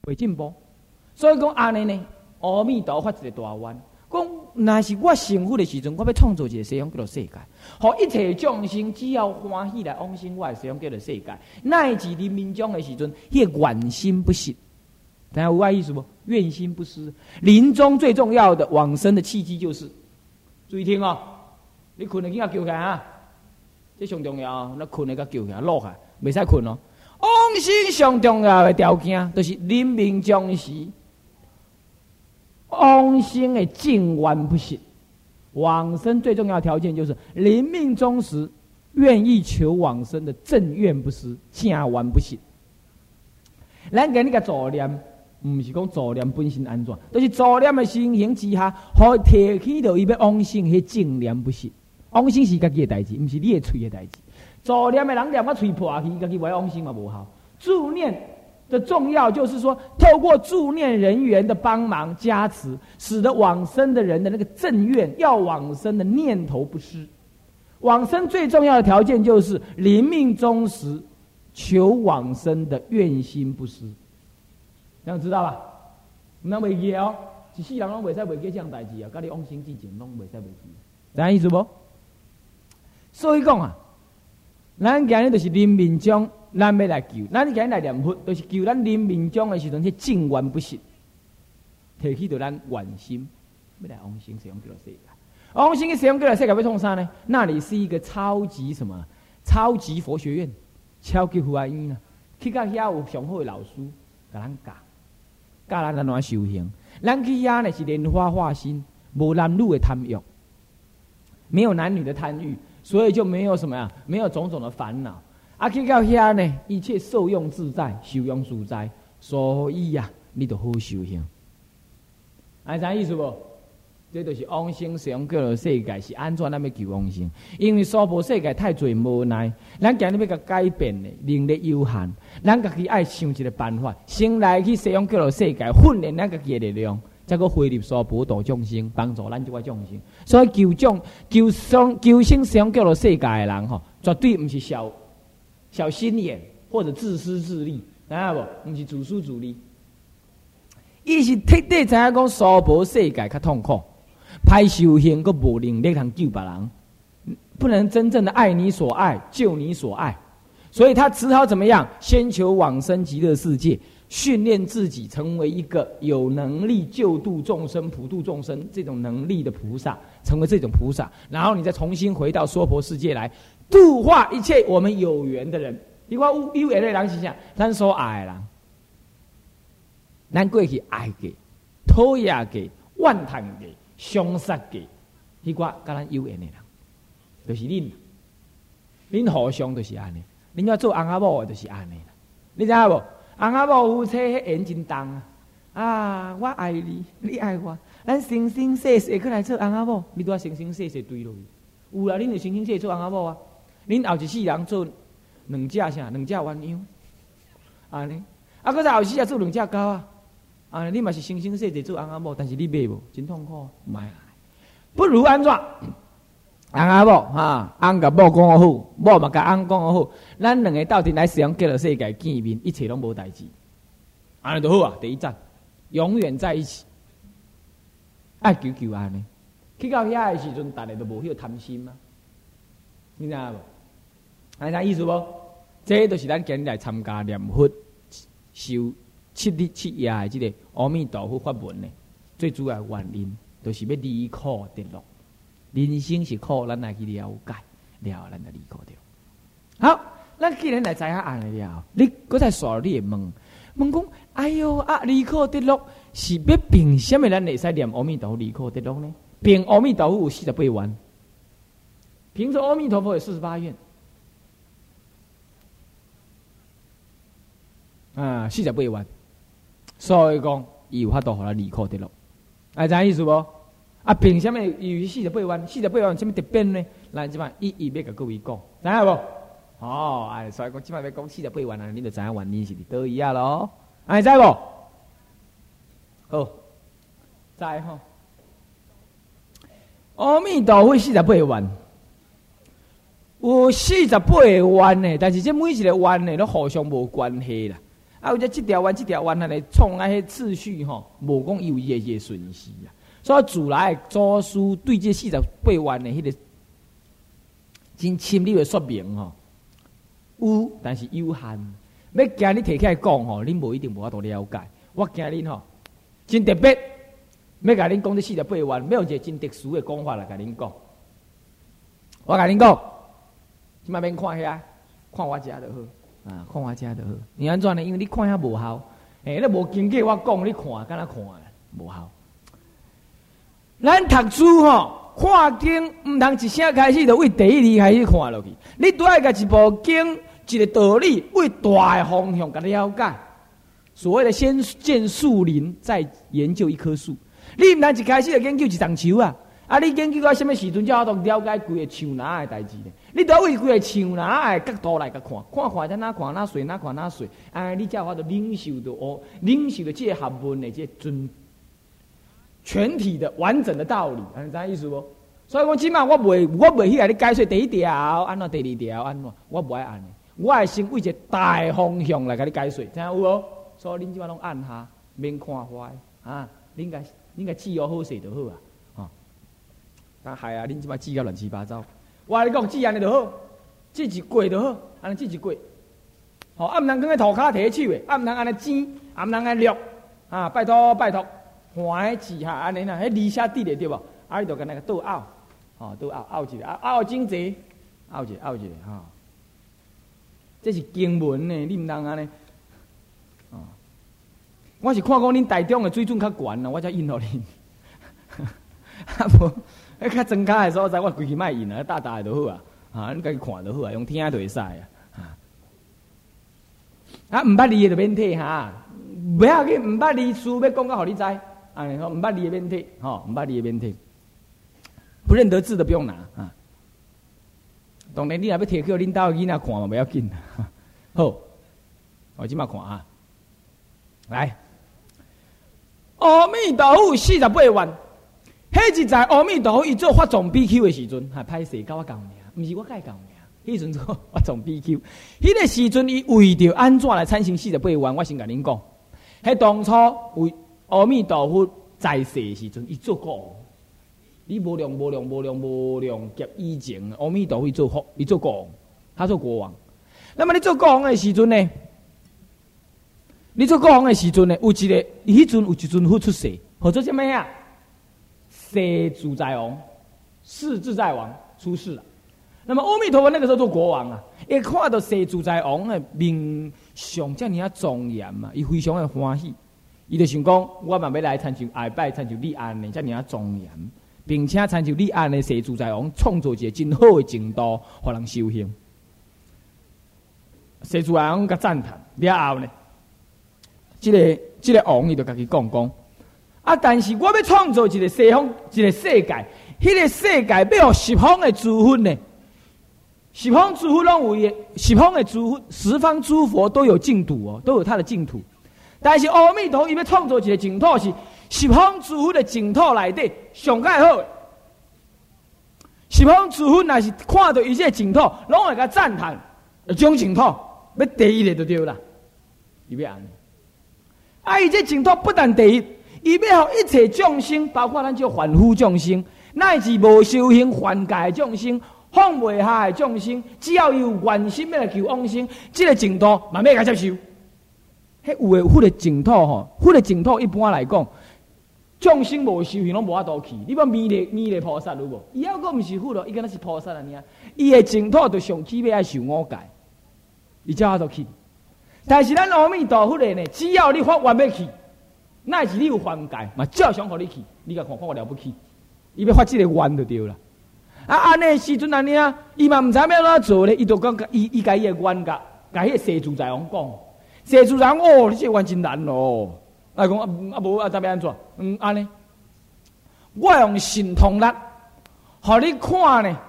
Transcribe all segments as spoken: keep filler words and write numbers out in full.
会进步。所以讲安尼呢，阿弥陀佛发一个大愿，讲若是我成佛的时阵，我要创造一个西方叫做世界，互一切众生只要欢喜来往生我的西方叫做世界。乃至临命终的时阵，迄个愿心不失，大家有我意思不？愿心不失。临终最重要的往生的契机就是，注意听哦，你困了紧要叫起来啊，这上重要。那困了个叫起来，落下，袂使困哦。往生上重要的条件，就是临命终时。往生的正愿不失，往生最重要的条件就是临命终时愿意求往生的正愿不失，正愿不失。咱今日个助念，唔是讲助念本身安怎，就是助念的情形之下，可提起到伊要往生迄正念不失。往生是家己的代志，唔是你的嘴的代志。助念的人念我嘴破去，家己为往生嘛无效。助念的重要就是说，透过助念人员的帮忙加持，使得往生的人的那个正愿要往生的念头不失。往生最重要的条件就是临命终时求往生的愿心不失，这样知道吧？唔能袂记哦，一世人拢袂使袂记这样代志啊，甲你往生之前拢袂使袂记，知影意思无？所以讲啊，咱今日就是临命终。咱要来求，咱今日来念佛，就是求咱临命终的时阵，迄正愿不失，提起到咱愿心，要来往生西方极乐世界。往生去西方极乐世界要创啥呢？那里是一个超级什么？超级佛学院，超级佛学院啊！去到遐有上好的老师，甲咱教，教咱怎样修行。咱去遐呢是莲花化心，无男女的贪欲，没有男女的贪欲，所以就没有什么呀，没有种种的烦恼。啊，去到遐呢，一切受用自在，受用自在，所以呀、啊，你就好修行。安啥意思不？这就是往生西方极乐世界是安怎咱要求往生？因为娑婆世界太侪无奈，咱今日要甲改变的能力有限，咱家己爱想一个办法，先来去西方极乐世界训练咱家己的力量，再个回入娑婆度众生，帮助咱这块众生。所以求众求生求生西方极乐世界的人吼，绝对不是小。小心眼或者自私自利，知影无？不是自私自利，伊是彻底知影讲娑婆世界较痛苦，歹修行，佮无能力通救别人，不能真正的爱你所爱，救你所爱，所以他只好怎么样？先求往生极乐世界，训练自己成为一个有能力救度众生、普度众生这种能力的菩萨，成为这种菩萨，然后你再重新回到娑婆世界来。度化一切我们有缘的人，你看有有缘的人是啥？咱所爱的人，咱过去爱过、讨厌过、怨叹过、伤杀过，迄个甲咱有缘的人，就是恁，恁互相就是安尼。恁要做翁仔某的，就是安尼啦。你知影无？翁仔某夫妻迄缘真重啊！啊，我爱你，你爱我，咱生生世世过来做翁仔某，你拄啊生生世世对落去。有啦，恁就生生世世做翁仔某啊！恁后一世人做两只啥？两只鸳鸯，安尼。啊，搁再后世啊做两只狗啊！啊，你嘛是生生世世做翁仔某，但是你买无，真痛苦，唔爱。不如安怎？翁仔某哈，翁甲某讲好，某嘛甲翁讲好，咱两个到底来西方极乐世界见面，一切拢无代志，安尼就好啊！第一站，永远在一起，爱求求安尼。去到遐的时阵，大家都无迄个贪心嘛，你知影无？安啥意思无？这就是咱今日来参加念佛、修七日七夜的这个阿弥陀佛法门呢，最主要原因就是要离苦得乐。人生是苦，咱来去了解，了后咱就离苦得乐。好，咱既然来知影安尼了，你搁再刷你的问，问讲，哎哟啊，离苦得乐是要凭什么咱会使念阿弥陀佛离苦得乐呢？凭阿弥陀佛有四十八愿，凭着阿弥陀佛有四十八愿。啊，四十八愿，所以讲伊有法度互咱离苦得乐，哎，知影意思无？啊，凭什么有四十八愿？四十八愿有什么特别呢？咱即摆一一要甲各位讲，知影无？哦，哎，所以讲即摆要讲四十八愿啊，你就知影原因是伫倒位啊咯，哎，知无？好，知吼。阿弥陀佛四十八愿，有四十八个愿呢，但是这每一个愿呢都互相无关系啦。 啊，有只这条弯、这条弯，安尼创啊，迄次序吼，无讲有伊个顺序啊。所以自来祖师对这四十八弯的迄个真深入的说明吼，有，但是有限。要惊你摕起来讲吼，恁无一定无法度了解。我惊恁吼，真特别，要甲恁讲这四十八弯，要用一个真特殊的讲法来甲恁讲。我甲恁讲，即摆免看遐，看我遮就好啊，看我遮就好。你安怎呢？因为你看遐无效，诶、欸，你无经过我讲，你看敢若看无效。咱读书吼，看经毋通一声开始就为第一字开始看落去，你拄爱甲一部经。一个道理为大的方向，甲你了解。所谓的先见树林，再研究一棵树。你唔通一开始就研究一丛树啊！啊，你研究到什么时阵，才好了解规个树哪的代志呢？你都要为规个树哪的角度来甲看，看看在哪看哪水，哪看哪水。啊，你才有法度领受到哦，领受到这个学问的这准全体的完整的道理，你知影意思无？所以讲，即马我袂我袂去甲你解说第一条安怎，第二条安怎，我袂安尼。我会先为一个大方向来甲你解说，知影有无？所以恁即摆拢按下，免看坏啊！恁甲恁甲记号好势就好啊！哦，但系啊，恁即摆记甲乱七八糟。我跟你讲，记安尼就好，记一过就好，安尼记一过。吼、哦，啊毋通讲个涂骹摕手诶，啊毋通安尼剪，啊毋通安尼录啊！拜托拜托，换字下安尼呐，迄字写对咧对无？啊，你就跟那个倒拗，吼倒拗拗一个，啊拗整齐，拗一个拗一个吼。这是经文呢，你唔通安尼。哦，我是看讲恁台中的水准较悬啊，我才印互恁。啊无，迄较增加的所在，我规气卖印啊，大大的就好啊。啊，你家己看就好啊，用听就会使啊。啊，唔捌字的就免睇哈，不要紧，唔捌字书要讲到互你知，安尼吼，唔捌字的免睇，吼，唔捌字的免睇，不认得字的不用拿啊。当然，你若要摕去恁兜囡仔看嘛，不要紧。好，我即马看啊，来，阿弥陀佛四十八万，迄是在阿弥陀佛伊做发总 B Q 的时阵，还歹势甲我讲名，毋是我甲伊讲名，迄阵做发总 B Q， 迄个时阵伊为着安怎来产生四十八万，我先甲恁讲，迄当初为阿弥陀佛在世的时阵，伊做过。你无量无量无量无量劫以前，阿弥陀佛做佛，伊做国王，他做国王。那么你做国王的时阵呢？你做国王的时阵呢？有一个，迄阵有一尊佛出世，或者什么呀？世自在王、世自在王出世了。那么阿弥陀佛那个时候做国王啊，一看到世自在王的面相这样庄严嘛，伊非常的欢喜，伊就想讲，我嘛要来参像下摆参像你安尼这样庄严。并且参照你安的世自在王创造一个真好的净土，互人修行。世自在王甲赞叹了后呢，这个这个王伊就家己讲讲啊，但是我要创造一个西方一个世界，迄、那个世界要互十方的诸佛呢，十方诸佛拢有，十方的诸佛，十方诸佛都有净土哦，都有他的净土。但是阿弥陀佛伊要创造一个净土是。十方诸佛的净土内底上介好的，十方诸佛若是看到伊这净土，拢会甲赞叹，这种净土要第一个就对啦。伊要安尼，啊，伊这净土不但第一，伊要互一切众生，包括咱这凡夫众生，乃至无修行凡界的众生，放袂下的众生，只要伊有愿心要来求往生，这个净土慢慢甲接受。迄有诶，迄个净土吼，迄个净土一般来讲。众生无修行，拢无法度去。你讲弥勒弥勒菩萨有无？伊还阁毋是佛咯，伊敢若是菩萨安尼啊。伊的净土就上起要爱受五戒，伊才法度去。但是咱阿弥陀佛的呢，只要你发愿要去，乃是你有犯戒，嘛照常互你去。你甲看看我了不起，伊要发这个愿就对啦。啊，安尼时阵安尼啊，伊嘛毋知要怎做咧，伊就讲伊伊甲伊的愿甲甲迄个世自在王讲，世自在王哦，你这愿真难哦。啊，讲啊啊无啊，怎要安怎？嗯，安尼，我用神通力，互你看呢，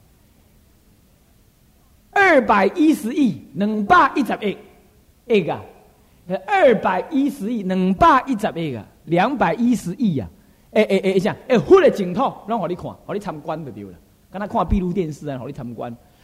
二百一十亿，两百一十亿，亿个，二百一十亿，两百一十亿个，两百一十亿啊！诶诶诶，啥？诶，佛的净土，让互你看，互你参观就对了。敢若看闭路电视啊，互你参观。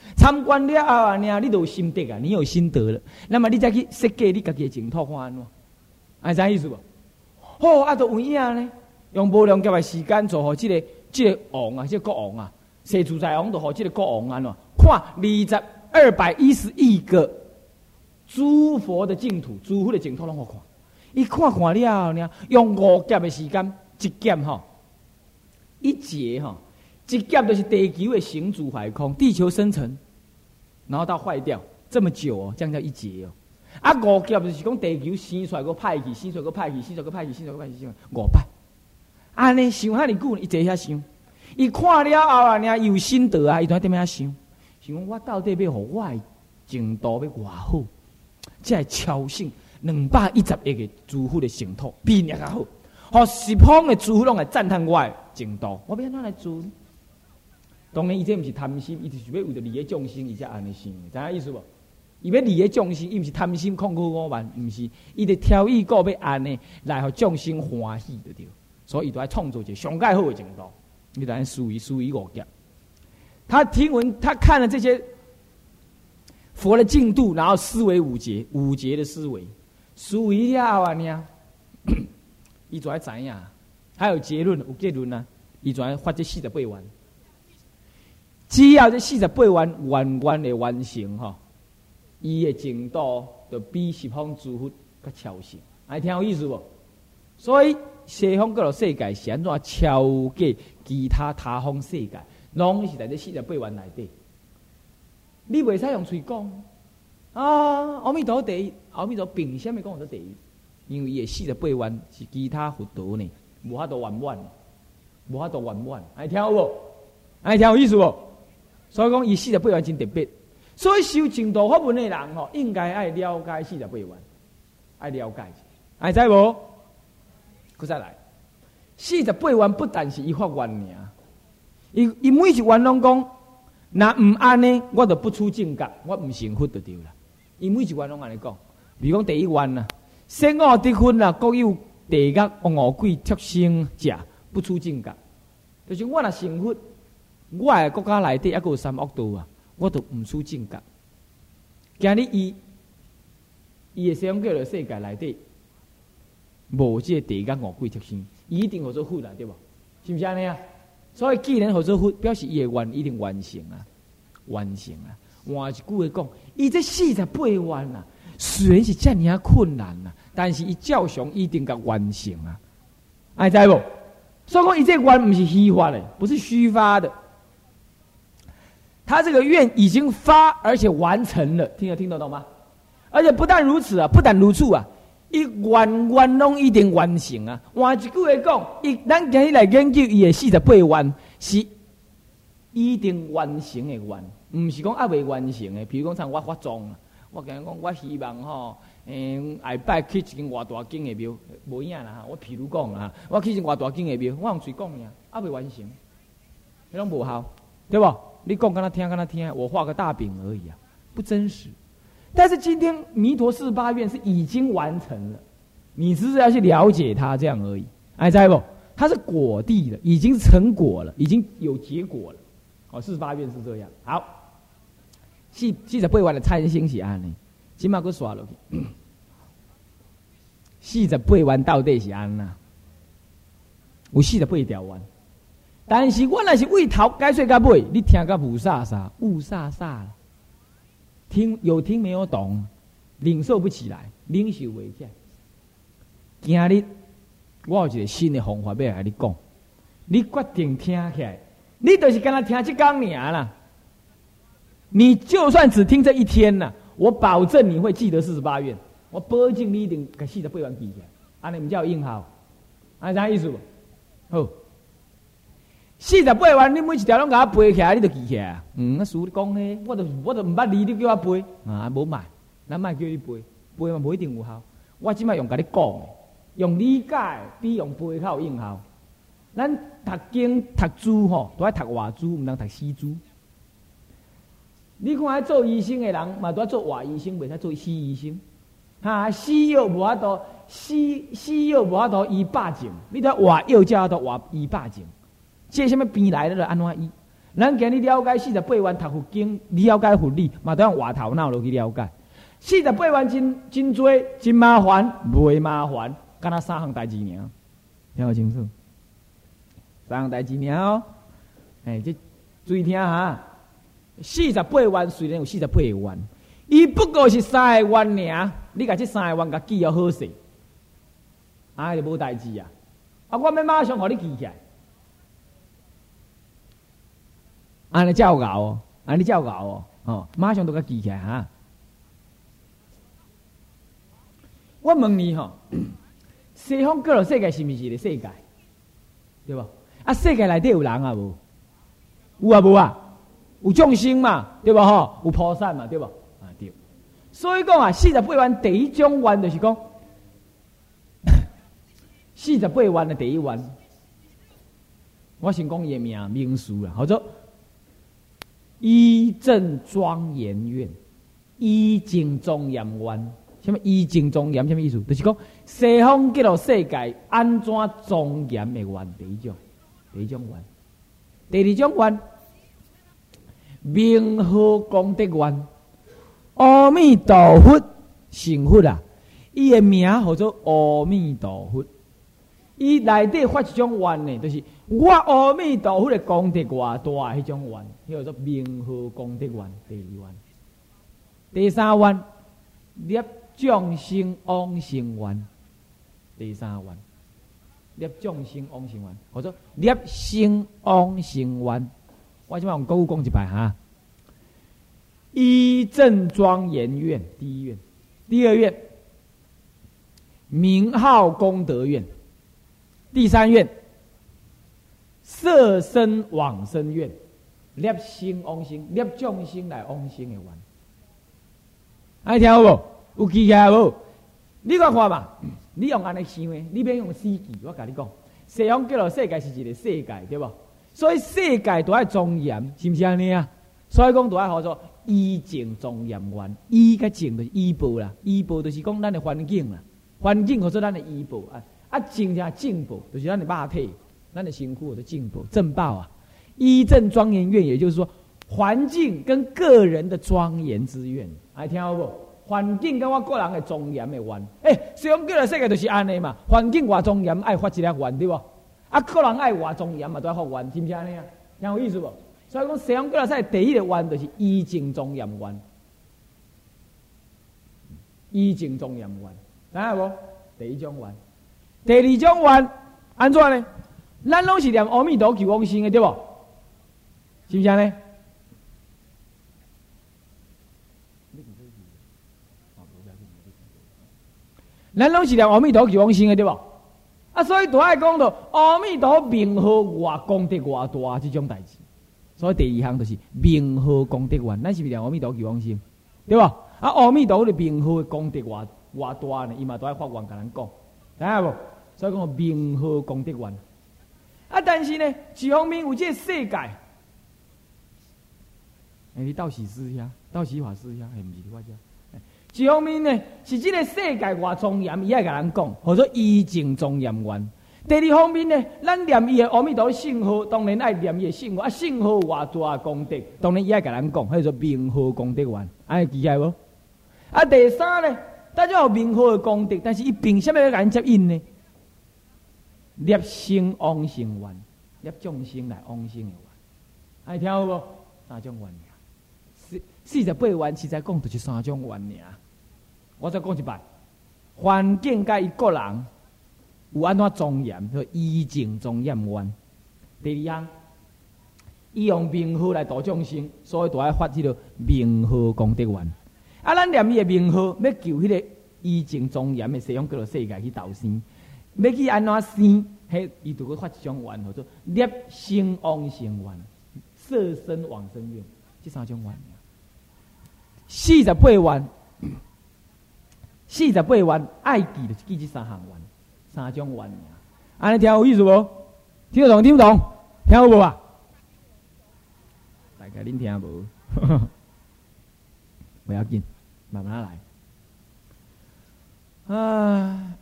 参观了后啊，你都有心得啊，你有心得了，那么你再去设计你家己的净土看安怎？哎，啥意思不？好，啊，就有影呢，用无量劫的时间做好这个这个王啊，这个国王啊，世主宰王就好这个国王安怎？看二十二百一十亿个诸佛的净土，诸佛的净土拢好看。伊看看了后呢，用五劫的时间，一劫吼，一劫吼。一劫就是地球的形主坏空，地球生成，然后到坏掉，这么久哦，这样叫一劫哦。啊，五劫就是讲地球生出来个歹去，生出来个歹去，生出来个歹去，生出来个歹去，生五百。安尼想遐尼久，伊坐遐想，伊看了后啊，呢有心得啊，伊就在踮遐想，想讲我到底要互我的净土要偌好，才会超胜两百一十亿个诸佛的净土，比你较好。互十方的诸佛拢来赞叹我的净土，我要安怎来做呢？当然，伊这毋是贪心，伊就是要为着利益众生，伊才安尼想，知影意思无？伊要利益众生，伊毋是贪心控苦我慢，毋是，伊得挑意个要安尼来互众生欢喜就对。所以，伊就爱创造一个上盖好的净土，你就安思维思维五劫。他听闻，他看了这些佛的进度，然后思维五劫，五劫的思维，思维了后啊，呢，伊就爱知影，还有结论，有结论啊，伊就爱发这四十八愿。只要这四十八愿完完的完成吼，伊的净土就比十方诸佛较超胜，还听有意思无？所以西方各个世界是安怎超过其他他方世界，拢是在这四十八愿内底。你袂使用嘴讲啊，阿弥陀第一，阿弥陀凭什么讲做第一？因为伊的四十八愿是其他佛陀呢，无法度圆满，无法度圆满，还听有无？还听有意思无？所以讲，伊四十八愿真特别。所以修净土法门的人吼，应该爱了解四十八愿，爱了解，爱知无？佮再来，四十八愿不但是伊发愿尔，伊伊每一愿拢讲，若唔安尼，我就不出正觉，我唔成佛就对啦。伊每一愿拢安尼讲，比如讲第一愿啦，生我得分啦，各有地狱、恶鬼、畜生者，不出正觉，就是我若成佛。我的国家内底还有三恶道啊，我都唔出正觉。今日伊伊的西方教的世界内底，无这地狱恶鬼畜生，伊一定好做佛啦，对无？是不是安尼啊？所以既然好做佛，表示伊的愿一定完成啊，完成啊。换一句话讲，伊这四十八愿啊，虽然是这么困难啊，但是伊照常一定甲完成啊，爱知无？所以讲，伊这愿唔是虚发的，不是虚发的。他这个愿已经发，而且完成了，听得听得懂吗？而且不但如此啊，不但如此啊，伊愿愿拢一定完成啊。换一句话讲，伊咱今日来研究伊的四十八愿是一定完成的愿，唔是讲还未完成的。比如讲，像我发宗啊，我讲讲，我希望吼，诶、下摆去一间偌大间的庙，无影啦。我譬如讲啊，我去一间偌大间的庙，我用嘴讲尔，还未完成，迄拢无效，对不？你讲跟他听，跟他听，我画个大饼而已啊，不真实。但是今天弥陀四十八愿是已经完成了，你只是要去了解它这样而已。哎，知不？它是果地的，已经成果了，已经有结果了。哦，四十八愿是这样。好，四四十八愿的参星是安尼，今嘛佮刷落去。四十八愿到底是安那？有四十八条愿。但是我若是为头解说到尾，你听到雾煞煞、雾煞煞了，听有听没有懂，领受不起来，领受不起来。今日我有一个新的方法要来跟你讲，你决定听起来，你就是跟他听这讲尔啦。你就算只听这一天啦，我保证你会记得四十八愿，我保证你一定把四十八愿记起来。安尼唔叫有应效，安啥意思？好。四十八愿，你每一条拢甲我背起来，你就记起来。嗯，啊，叔你讲呢，我就我就唔捌理你叫我背啊，无卖，咱卖叫你背，背嘛无一定有效。我即摆用甲你讲，用理解比用背较有应效。咱读经读书吼，都爱读外书，唔通读西书。你看爱做医生的人，嘛都爱做外医生，袂使做西医生。哈，西药无法度，西西药无法度医百症，你得外药才法度外医百症。这什么病来了就安怎医？ 咱今日了解四十八愿读佛经，了解佛理，嘛都用活头脑落去了解。四十八愿真真多，真麻烦，袂麻烦，干那三项代志尔，听好清楚。三项代志尔哦，哎，这注意听哈。四十八愿虽然有四十八个愿，伊不过是三个愿尔，你甲这三个愿甲记好好势，啊，就无代志啊。啊，我要马上互你记起来。安尼才有熬哦，安尼才有熬哦，哦，马上都甲记起来哈。我问你吼，西方各个世界是毋是一个世界？对无？啊，世界内底有人啊无？有啊无啊？有众生嘛，对无吼？有菩萨嘛，对无？啊对。所以讲啊，四十八愿第一种愿就是讲，四十八愿的第一愿，我先讲伊名名词啦，叫做依正庄严愿，依正庄严愿。什么依正庄严？什么意思？就是讲西方极乐世界安怎庄严的愿，第一种，第一种愿。第二种愿，名号功德愿。阿弥陀佛成佛啊！伊的名叫做阿弥陀佛。伊内底发一种愿呢，就是我阿弥陀佛的功德偌大，迄种愿，叫做名号功德愿。第二愿，第三愿，业众生往生愿。第三愿，业众生往生愿，或者业生往生愿。我即摆用国语讲一摆哈。依正庄严愿，第一愿；第二愿，名号功德愿；第三愿，色身往生愿。业生往生，业众生来往生的愿。爱听好无？有记起来无？你看看嘛，你用安尼想的，你免用死记。我甲你讲，西方极乐世界是一个世界，对无？所以世界都爱庄严，是毋是安尼啊？所以讲都爱叫做依正庄严愿。依甲正就是依报啦，依报就是讲咱的环境啦，环境叫做咱的依报啊。啊正就是正报，就是咱的肉体，咱的身躯的正报正报啊。依正庄严愿，也就是说环境跟个人的庄严之愿，爱听好无？环境跟我个人的庄严的愿，诶、欸，西方极乐世界就是安尼嘛。环境偌庄严，爱发一个愿，对无？啊，个人爱偌庄严嘛，都要发愿，是不是安尼啊？听有意思无？所以讲西方极乐世界第一个愿就是依正庄严愿，依正庄严愿，知影无？第一种愿，第二种愿安怎呢？咱拢是念阿弥陀求往生的，对无？是不是安尼？咱拢是念阿弥陀求往生的，对无？啊，所以都爱讲到阿弥陀名号偌功德偌大这种代志。所以第二项就是名号功德愿，咱是不是念阿弥陀求往生，对吧？啊，阿弥陀的名号的功德偌偌大呢？伊嘛都爱发愿甲咱讲，知影无？所以讲名号功德愿。啊，但是呢，一方面有这个世界，哎、欸，你到时思遐，到时法师遐，还、欸、不是我遮。一方面呢，是这个世界偌庄严，伊爱甲咱讲，或者依正庄严愿。第二方面呢，咱念伊的阿弥陀圣号，当然爱念伊的圣号。啊，圣号偌大功德，当然伊爱甲咱讲，迄叫做名号功德愿，安尼记起来无？啊，第三呢，大家有名号的功德，但是伊凭什么要甲咱接引呢？业生往生愿，业众生来往生的愿，安尼听好无？三种愿尔，四四十八愿实在讲就是三种愿尔。我再讲一摆，环境甲伊个人有安怎庄严，叫依正庄严愿。第二项，伊用名号来度众生，所以就爱发迄个名号功德愿。啊，咱念伊的名号，要求迄个依正庄严的西方极乐世界去投生，要去安怎生？迄伊就去发一种愿，叫做业生往生愿、色身往生愿，这三种愿。四十八愿。四十八愿爱记就是记这三项愿，三种愿尔。安尼听有意思无？听得懂？听不懂？听有无啊？大概恁听无？不要紧，慢慢来。啊，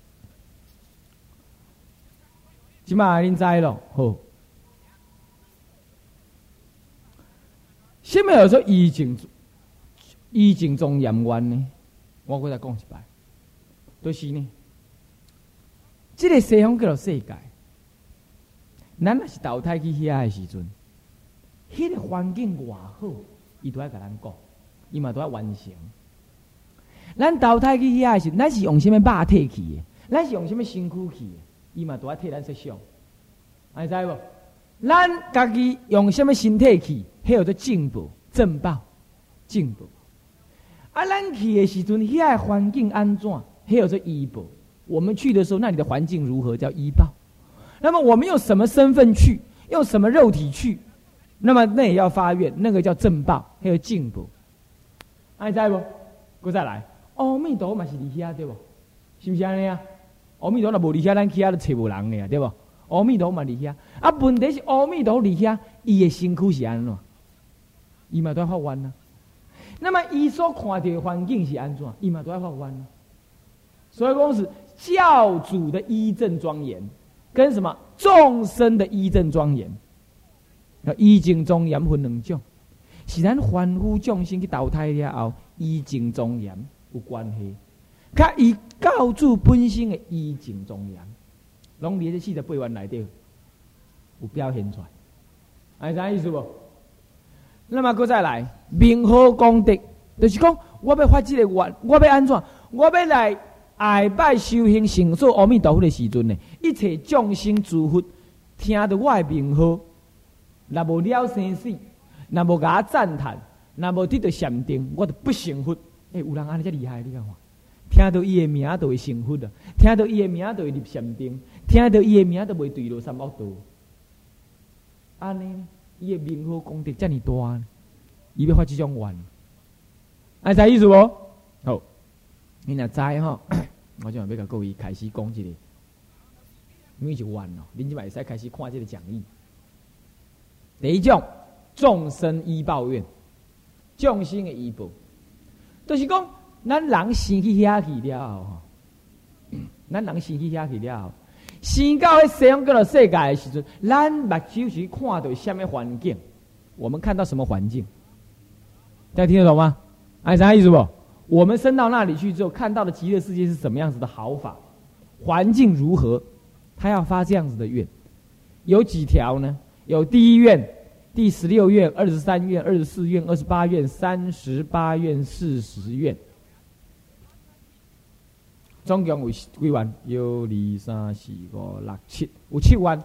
即马恁知咯？好， 什么叫做医境？医境中严冤呢？我搁再讲一摆，就是呢，这个西方叫做世界，咱若是投胎去遐的时阵，迄、那个环境偌好，伊都爱甲咱讲，伊嘛都爱完成。咱投胎去遐的时阵，咱是用什么肉体去的？咱是用什么身躯去的？伊嘛都爱替咱设想，会知无？咱家己用什么身体去？迄叫做进步、正报、进步。啊，咱去的时阵，遐的环境安怎？迄叫做医报。我们去的时候，那里的环境如何？叫医报。那么我们用什么身份去？用什么肉体去？那么那也要发愿，那个叫正报，还有进步。爱知不？搁再来，阿弥陀嘛是离遐对不？是不是安尼啊？阿弥陀若无离遐，咱去遐都找无人的啊，对不？阿弥陀嘛离遐，啊，问题是阿弥陀离遐，伊的身躯是安怎？伊嘛都要发愿啊。那么伊所看到的环境是安怎？伊嘛都要发愿啊。所以讲是教主的医正庄严，跟什么众生的医正庄严，医正庄严分两种，是咱凡夫众生去投胎了后，医正庄严有关系，甲伊教主本身的医正庄严，拢伫这四十八愿内底有表现出来，是啥意思不？那么搁再来，名好功德，就是讲我要发这个愿，我要安怎？我要来下拜修行成就阿弥陀佛的时阵呢，一切众生诸佛听到我的名号，若无了生死，若无甲我赞叹，若无得到禅定，我就不成佛。诶、欸，有人安尼遮厉害，你看看，听到伊的名就会成佛啊，听到伊的名就会入禅定，听到伊的名就袂坠落三恶道。安尼。伊的名号功德遮尔大，伊要发这种愿，爱知意思无？好，你若知吼，我就要甲各位开始讲这个每一愿哦，恁就会使开始看这个讲义。第一种，众生依报愿，众生的依报，就是讲咱人生去遐去了后，吼，咱人生去遐去了后。生到迄西方叫做世界的时阵，咱目睭是看到什么环境？我们看到什么环境？大家听得懂吗？哎，啥意思不？我们升到那里去之后，看到的极乐世界是什么样子的好法？环境如何？他要发这样子的愿，有几条呢？有第一愿、第十六愿、二十三愿、二十四愿、二十八愿、三十八愿、四十愿。总共有几愿？有二、三、四、五、六、七，有七愿。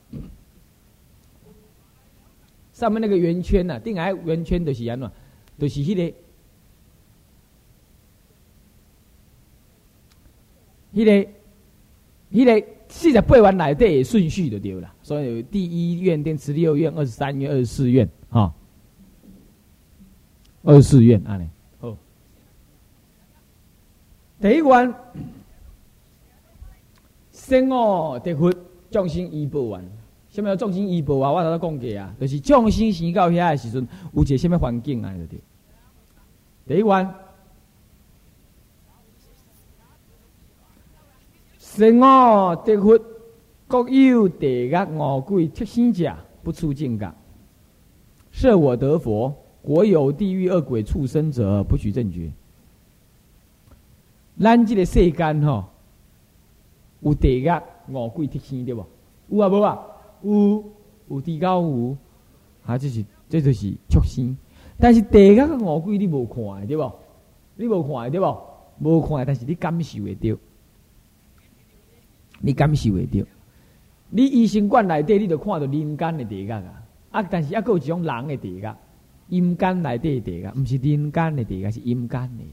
上面那个圆圈呐、啊，定来圆圈就是安怎？就是迄、那个、迄、那个、迄、那个四十八愿内底的顺序就对了。所以有第一愿、第十六愿、二十三愿、二十四愿，哈、哦，二十四愿安尼。好，第一愿。生哦，得佛众生依报愿。什么叫众生依报啊？我头头讲过啊，就是众生生到遐的时阵，有一个什么环境啊？就对。第一愿，生哦，得佛各有地狱五鬼七星者，不出境界。设我得佛，国有地狱恶鬼畜生者，不许正觉。咱这个世间吼。有地狱五鬼七星对不？有啊无啊？有有地高有，啊，这是这就是畜生。但是地狱五鬼你无看的对不？你无看的对不？无看的，但是你感受会到，你感受会到。你医生馆内底，你就看到人间的地狱啊！啊，但是还有一种人的地狱，阴间内底的地狱，不是人间的地狱，是阴间的。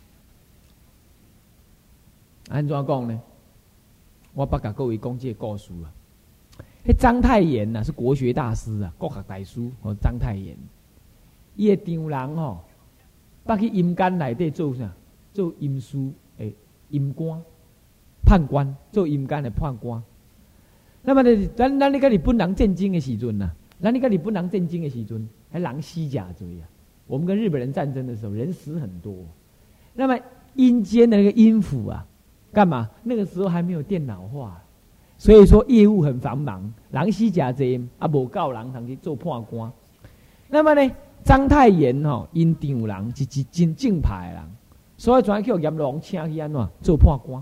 安怎讲呢？我不甲各位讲这个故事啊。迄章太炎呐、啊、是国学大师啊，国学大师哦，章太炎。伊个丈人吼、哦，捌去阴间内底做啥？做阴司诶，阴官、判官，做阴间的判官。那么呢，咱咱你甲日本人战争的时阵呐、啊，咱你甲日本人战争的时阵，还人死甲罪啊。我们跟日本人战争的时候，人死很多。那么阴间的那个阴府啊。干嘛？那个时候还没有电脑化，所以说业务很繁忙，人死假贼啊，无够人通去做判官。那么呢， 章太炎吼，因场人是一真正派的人，所以专叫阎罗王请去安怎做判官。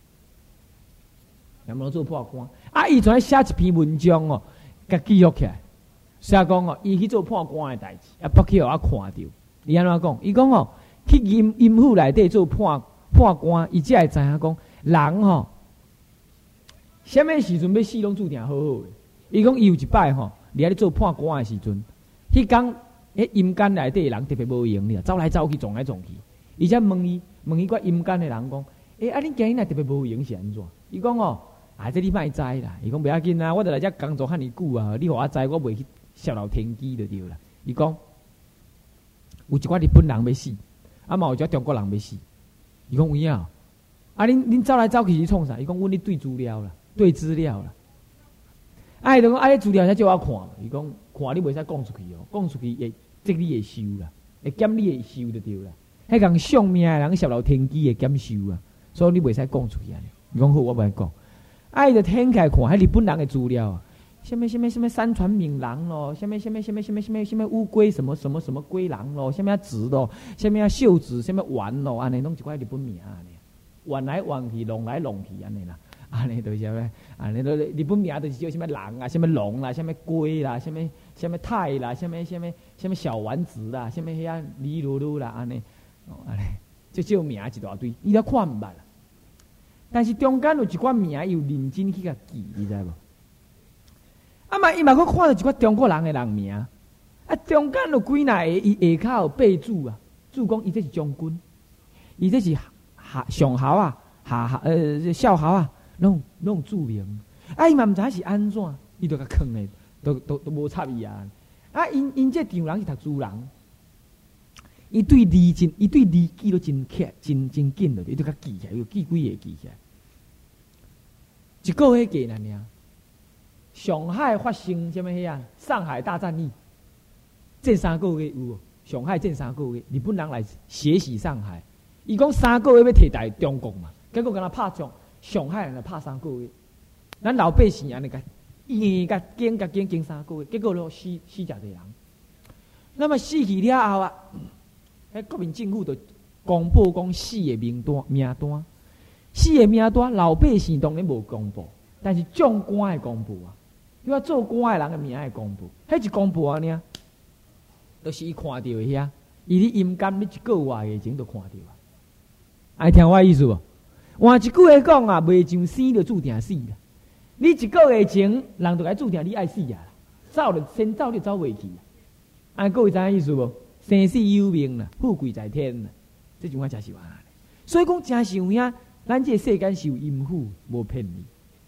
阎罗王做判官，啊，伊专写一篇文章哦，甲记录起来，写讲哦，伊去做判官的代志，啊，不去互我看到。伊安怎讲？伊讲哦，去阴阴府内底做判判官，伊才会知影讲人吼，什么时阵要死拢注定好好的。伊讲伊有一摆吼，伫遐咧做判官的时阵，迄天。迄阴间内底人特别无用哩，走来走去，撞来撞去。而且问伊，问伊个阴间的人讲：，诶、欸，啊，恁今日来特别无用是安怎？伊讲哦，啊，这你莫知啦。伊讲不要紧啊，我伫来遮工作遐尼久啊，你互我知，我袂去泄露天机就对啦。伊讲有一寡日本人要死，啊嘛有一寡中国人要死。伊讲有影，啊，恁恁走来走去是创啥？伊讲阮咧对资料啦，对资料啦。啊，伊就讲啊，迄资料才叫我看。伊讲看你袂使讲出去哦，讲出去会即你会收啦，会减你会收就对啦。迄共丧命的人泄露天机会减收啊，所以你袂使讲出去安尼。伊讲好，我袂讲。啊，伊就掀起来看，迄日本人的资料啊，什么什么什么山川闽人咯，什么什么什么什么什么什么乌龟什么什么什么龟人咯，什么子咯，什么袖子，什么丸咯，安尼拢一块日本名安尼，弯来弯去，弄来弄去安尼啦。安尼就是咩？安尼都日本名就是叫什么狼啊，什么龙啦，什么龟啦，什么什么泰啦，什么什么什么小丸子啦，什么遐啊李露露啦，安尼，哦安尼，就叫名一大堆，伊都看唔捌啦。但是中间有一寡名，有认真去甲记，你知无？啊嘛，伊嘛佫看到一寡中国人的人名，啊中间有几若个伊下骹有备注啊，注讲伊这是将军，伊这是下上校啊，下呃校校啊。拢拢注明，啊伊嘛毋知是安怎，伊就甲坑咧，都都都无插伊啊！啊因因这场人是读书人，伊对字真，伊对字记都真刻，真真紧了，伊就甲记起来，又记几个记起来。一个月过哪样？上海发生什么遐啊？上海大战役，这三个月有无？上海这三个月，日本人来血洗上海，伊讲三个月要摕台中国嘛，结果跟他拍仗。上海人就拍三个月，咱老百姓安尼个，硬甲惊甲惊惊三个月，结果咯死死真侪人。那么死去了后啊，迄国民政府就公布讲死的名单名单，死的名单老百姓当然无公布，但是将官会公布啊，因为做官的人的名会公布，迄一公布啊呢，就是伊看到的遐，伊咧阴间咧一个月以前就看到啊，爱听我意思无？换一句话讲啊，袂上生就注定死啦。你一个月前，人就该注定你爱死啊，走就先走，你走袂去。啊，各位知影意思无？生死有命啦，富贵在天啦。这句话真是话。所以讲真是有影，咱这世间是有阴府，无骗你。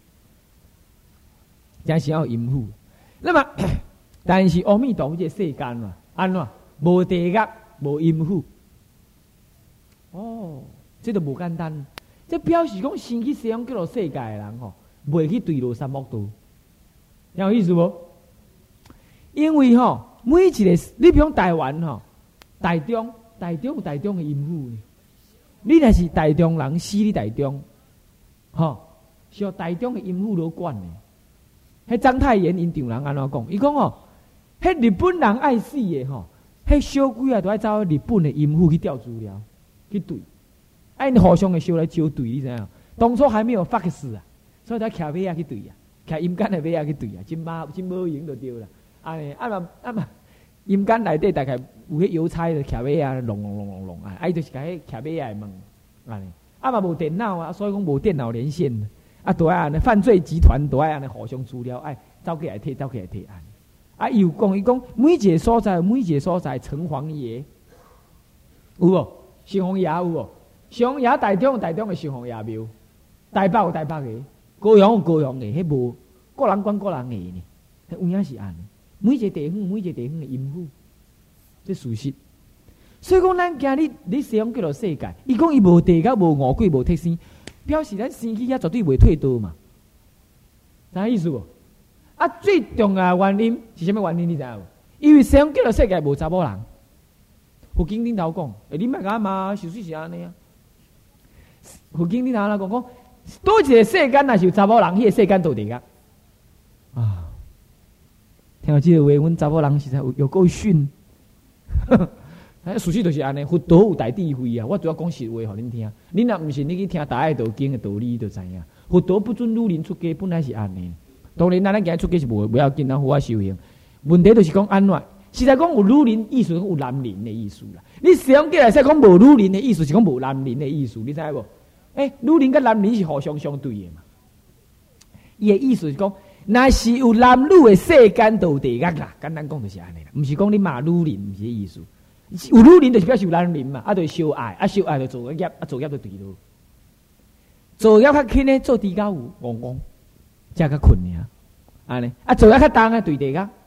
真是要阴府。那么，但是阿弥陀佛这世间嘛，安怎无地狱，无阴府？哦，这都无简单。这表示讲，生去西方叫做世界的人吼，袂去对落三恶道，有意思无？因为吼，每一个你比如台湾吼，台中、台中有台中的阴府呢。你若是台中人，死你台中，吼，是台中的阴府所管的。迄章太炎因场人安怎讲？伊讲哦，迄日本人爱死的吼，迄小鬼啊都爱走日本的阴府去调资料，去对。哎，你互相的烧来招对，你知影？当初还没有法式啊，所以他徛马啊去对啊，徛阴间的马啊去对啊，真麻真无用就对啦。安尼啊嘛啊嘛，阴间内底大概有迄邮差的徛马啊，隆隆隆隆隆啊，哎就是甲迄徛马来问安尼，啊嘛无电脑啊，所以讲无电脑连线啊，都爱安尼犯罪集团都爱安尼互相资料，哎走起来摕，走起来摕安尼。啊，有讲伊讲每一个所在，每一个所在城隍爷有无？城隍爷有无？城隍爷台中有台中的城隍爷庙，台北有台北的，高雄有高雄的，迄无个人管个人的呢。有影是安尼，每一个地方每一个地方的阴府，这事实。所以讲，咱今日你西方叫做世界，伊讲伊无地狱、无恶鬼、无特生，表示咱生去遐绝对袂退倒嘛。啥意思无？啊，最重要的原因是啥物原因？你知影无？因为西方叫做世界无查某人。佛经顶头讲，诶，你莫甲嘛，事实是安尼啊。佛经顶头啦讲讲，多一个世间若是有查某人，迄、那个世间都地狱啊。听到这个话，阮查某人实在有有够逊。 哎，事实就是安尼，佛陀有大智慧啊！我主要讲实话，互恁听。恁若毋是你去听大爱道经的道理，你就知影。佛陀不准女人出家，本来是安尼。当然，咱咱今日出家是无不要紧，咱好啊修行。问题就是讲安怎？实在讲有女人意思，有男人的意思啦。你想起来说讲无女人的意思，是讲无男人的意思，你知无？诶、欸，女人跟男人是互相相对的嘛。伊的意思是讲，若是有男女的世间道地狱啦，简单讲就是安尼啦，毋是讲你骂女人，毋是意思。有女人就是表示有男人嘛，啊，就是相爱，啊，相爱就做业，啊，做业就对咯。做业较轻呢，做地沟有戆戆，才较困尔，安尼。啊，做业较重啊，对地狱。